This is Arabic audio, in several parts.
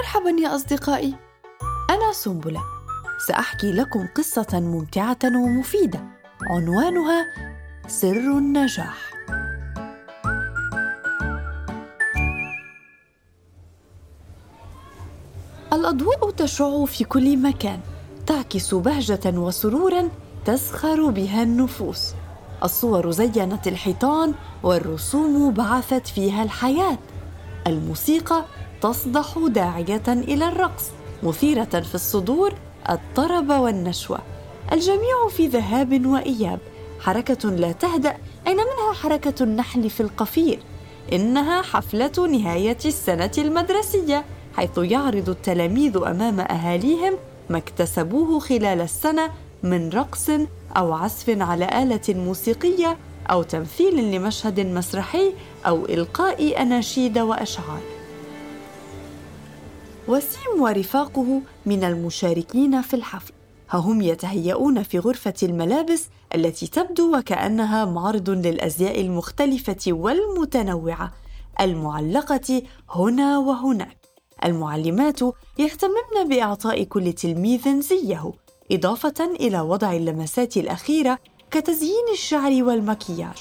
مرحبا يا أصدقائي، أنا سنبلة. سأحكي لكم قصة ممتعة ومفيدة عنوانها سر النجاح. الأضواء تشع في كل مكان، تعكس بهجة وسرورا تزخر بها النفوس. الصور زينت الحيطان والرسوم بعثت فيها الحياة. الموسيقى تصدح داعية إلى الرقص، مثيرة في الصدور الطرب والنشوة. الجميع في ذهاب وإياب، حركة لا تهدأ، أين منها حركة النحل في القفير. إنها حفلة نهاية السنة المدرسية، حيث يعرض التلاميذ أمام أهاليهم ما اكتسبوه خلال السنة من رقص أو عزف على آلة موسيقية أو تمثيل لمشهد مسرحي أو إلقاء أناشيد وأشعار. وسيم ورفاقه من المشاركين في الحفل، هم يتهيئون في غرفة الملابس التي تبدو وكأنها معرض للأزياء المختلفة والمتنوعة المعلقة هنا وهناك. المعلمات يهتممن بإعطاء كل تلميذ زيه، إضافة إلى وضع اللمسات الأخيرة كتزيين الشعر والمكياج.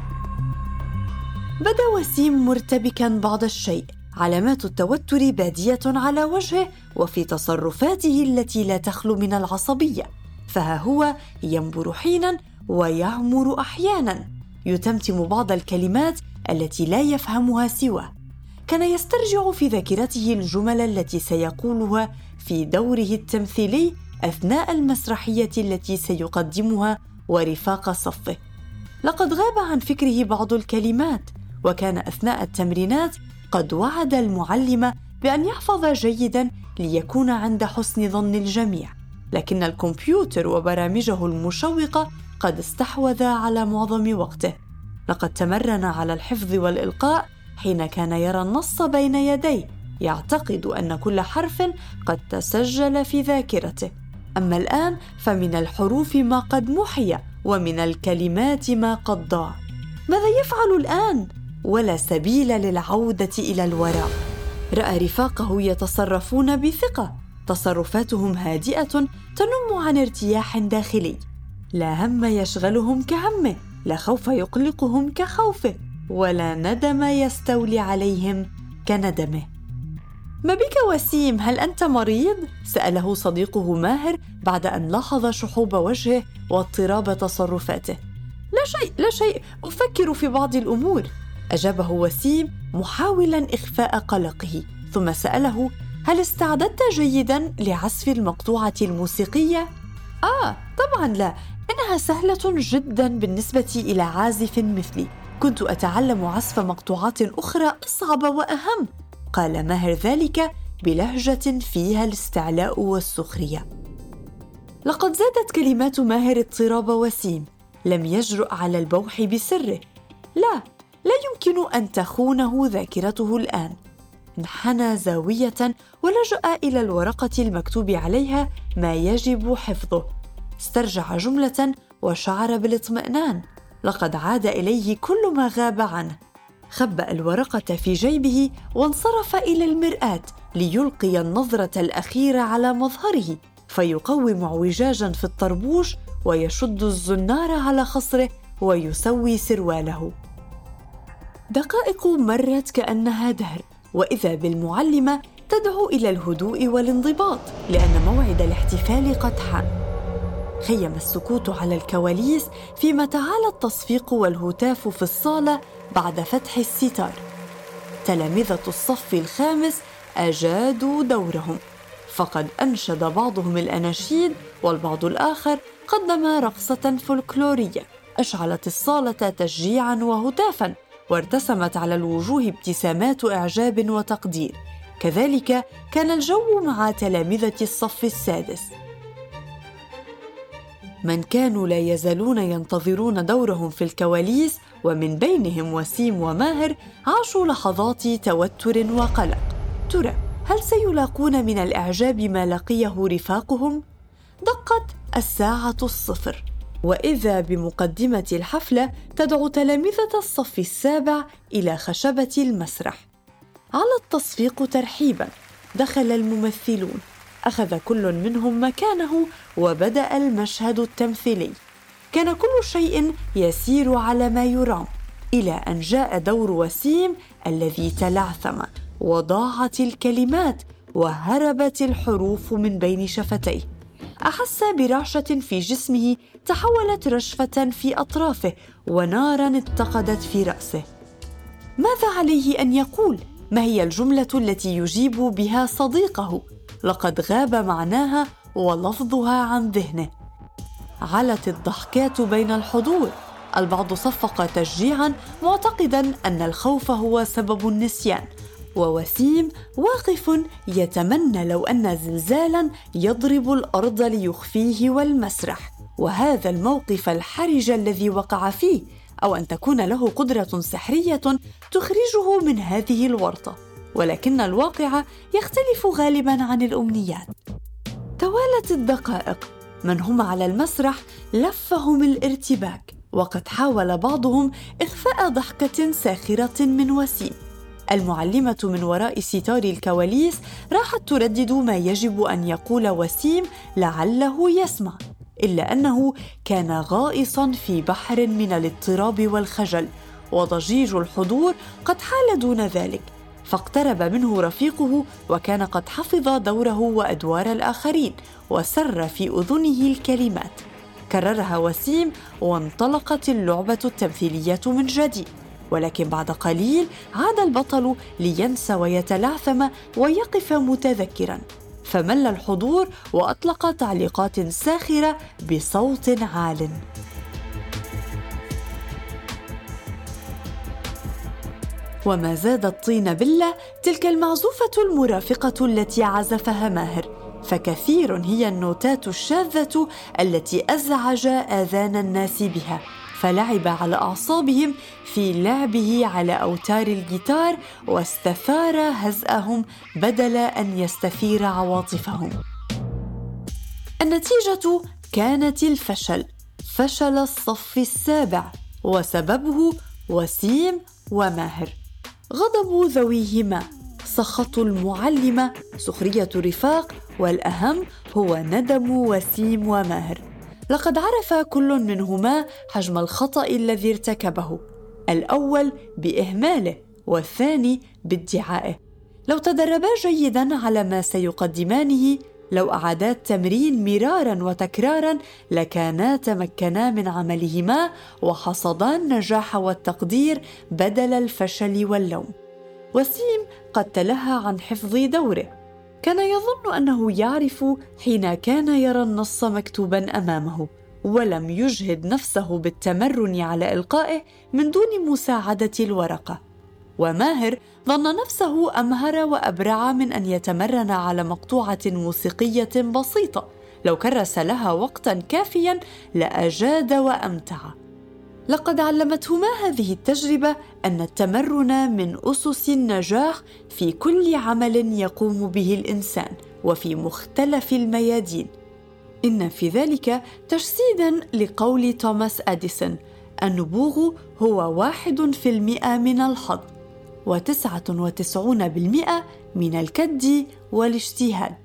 بدا وسيم مرتبكاً بعض الشيء، علامات التوتر بادية على وجهه وفي تصرفاته التي لا تخلو من العصبية. فها هو ينبر حيناً ويعمر أحياناً، يتمتم بعض الكلمات التي لا يفهمها سواه. كان يسترجع في ذاكرته الجمل التي سيقولها في دوره التمثيلي أثناء المسرحية التي سيقدمها ورفاق صفه. لقد غاب عن فكره بعض الكلمات، وكان أثناء التمرينات قد وعد المعلم بأن يحفظ جيداً ليكون عند حسن ظن الجميع، لكن الكمبيوتر وبرامجه المشوقة قد استحوذا على معظم وقته. لقد تمرن على الحفظ والإلقاء حين كان يرى النص بين يديه، يعتقد أن كل حرف قد تسجل في ذاكرته. أما الآن فمن الحروف ما قد محي ومن الكلمات ما قد ضاع. ماذا يفعل الآن؟ ولا سبيل للعودة إلى الوراء. رأى رفاقه يتصرفون بثقة، تصرفاتهم هادئة تنم عن ارتياح داخلي. لا هم يشغلهم كهمه، لا خوف يقلقهم كخوفه، ولا ندم يستولي عليهم كندمه. ما بك وسيم؟ هل أنت مريض؟ سأله صديقه ماهر بعد أن لاحظ شحوب وجهه واضطراب تصرفاته. لا شيء، أفكر في بعض الأمور، أجابه وسيم محاولاً إخفاء قلقه. ثم سأله: هل استعددت جيداً لعزف المقطوعة الموسيقية؟ طبعاً لا، إنها سهلة جداً بالنسبة إلى عازف مثلي. كنت أتعلم عزف مقطوعات أخرى أصعب وأهم، قال ماهر ذلك بلهجة فيها الاستعلاء والسخرية. لقد زادت كلمات ماهر اضطراب وسيم. لم يجرؤ على البوح بسره. لا يمكن أن تخونه ذاكرته الآن. انحنى زاوية ولجأ إلى الورقة المكتوب عليها ما يجب حفظه. استرجع جملة وشعر بالاطمئنان. لقد عاد إليه كل ما غاب عنه. خبأ الورقة في جيبه وانصرف إلى المرآة ليلقي النظرة الأخيرة على مظهره، فيقوم اعوجاجاً في الطربوش ويشد الزنار على خصره ويسوي سرواله. دقائق مرت كأنها دهر، وإذا بالمعلمة تدعو إلى الهدوء والانضباط لأن موعد الاحتفال قد حان. خيم السكوت على الكواليس فيما تعالى التصفيق والهتاف في الصالة بعد فتح الستار. تلامذة الصف الخامس أجادوا دورهم، فقد أنشد بعضهم الأناشيد والبعض الآخر قدم رقصة فولكلورية أشعلت الصالة تشجيعاً وهتافاً، وارتسمت على الوجوه ابتسامات إعجاب وتقدير. كذلك كان الجو مع تلامذة الصف السادس، من كانوا لا يزالون ينتظرون دورهم في الكواليس، ومن بينهم وسيم وماهر. عاشوا لحظات توتر وقلق. ترى هل سيلاقون من الإعجاب ما لقيه رفاقهم؟ دقت الساعة 0، وإذا بمقدمة الحفلة تدعو تلامذة الصف السابع إلى خشبة المسرح. على التصفيق ترحيباً، دخل الممثلون، أخذ كل منهم مكانه وبدأ المشهد التمثيلي. كان كل شيء يسير على ما يرام، إلى أن جاء دور وسيم الذي تلعثم، وضاعت الكلمات وهربت الحروف من بين شفتيه. أحس برعشة في جسمه تحولت رشفة في أطرافه، وناراً اتقدت في رأسه. ماذا عليه أن يقول؟ ما هي الجملة التي يجيب بها صديقه؟ لقد غاب معناها ولفظها عن ذهنه. علت الضحكات بين الحضور، البعض صفق تشجيعاً معتقداً أن الخوف هو سبب النسيان، ووسيم واقف يتمنى لو أن زلزالاً يضرب الأرض ليخفيه والمسرح، وهذا الموقف الحرج الذي وقع فيه، أو أن تكون له قدرة سحرية تخرجه من هذه الورطة. ولكن الواقع يختلف غالباً عن الأمنيات. توالت الدقائق، من هم على المسرح لفهم الارتباك، وقد حاول بعضهم إخفاء ضحكة ساخرة من وسيم. المعلمة من وراء ستار الكواليس راحت تردد ما يجب أن يقول وسيم لعله يسمع، إلا أنه كان غائصاً في بحر من الاضطراب والخجل، وضجيج الحضور قد حال دون ذلك. فاقترب منه رفيقه، وكان قد حفظ دوره وأدوار الآخرين، وسر في أذنه الكلمات. كررها وسيم، وانطلقت اللعبة التمثيلية من جديد. ولكن بعد قليل عاد البطل لينسى ويتلعثم ويقف متذكراً، فمل الحضور وأطلق تعليقات ساخرة بصوت عال. وما زاد الطين بلة تلك المعزوفة المرافقة التي عزفها ماهر، فكثير هي النوتات الشاذة التي أزعج آذان الناس بها، فلعب على أعصابهم في لعبه على أوتار الجيتار، واستثار هزءهم بدل أن يستثير عواطفهم. النتيجة كانت الفشل، فشل الصف السابع، وسببه وسيم وماهر. غضب ذويهما، سخط المعلمة، سخرية رفاق، والأهم هو ندم وسيم وماهر. لقد عرف كل منهما حجم الخطأ الذي ارتكبه، الأول بإهماله والثاني بادعائه. لو تدربا جيداً على ما سيقدمانه، لو أعادا التمرين مراراً وتكراراً، لكانا تمكنا من عملهما وحصدا النجاح والتقدير بدل الفشل واللوم. وسيم قد تلهى عن حفظ دوره، كان يظن أنه يعرف حين كان يرى النص مكتوباً أمامه، ولم يجهد نفسه بالتمرن على إلقائه من دون مساعدة الورقة. وماهر ظن نفسه أمهر وأبرع من أن يتمرن على مقطوعة موسيقية بسيطة، لو كرس لها وقتاً كافياً لأجاد وأمتع. لقد علمتهما هذه التجربة أن التمرن من أسس النجاح في كل عمل يقوم به الإنسان وفي مختلف الميادين. إن في ذلك تجسيداً لقول توماس أديسون: النبوغ هو 1% من الحظ، و99% من الكد والاجتهاد.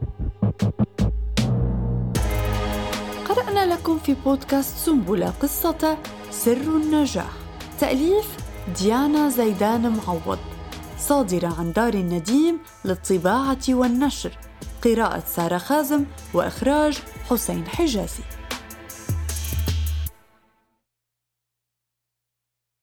قرأنا لكم في بودكاست سنبلة قصة سر النجاح، تأليف ديانا زيدان معوض، صادرة عن دار النديم للطباعة والنشر، قراءة سارة خازم، وإخراج حسين حجازي.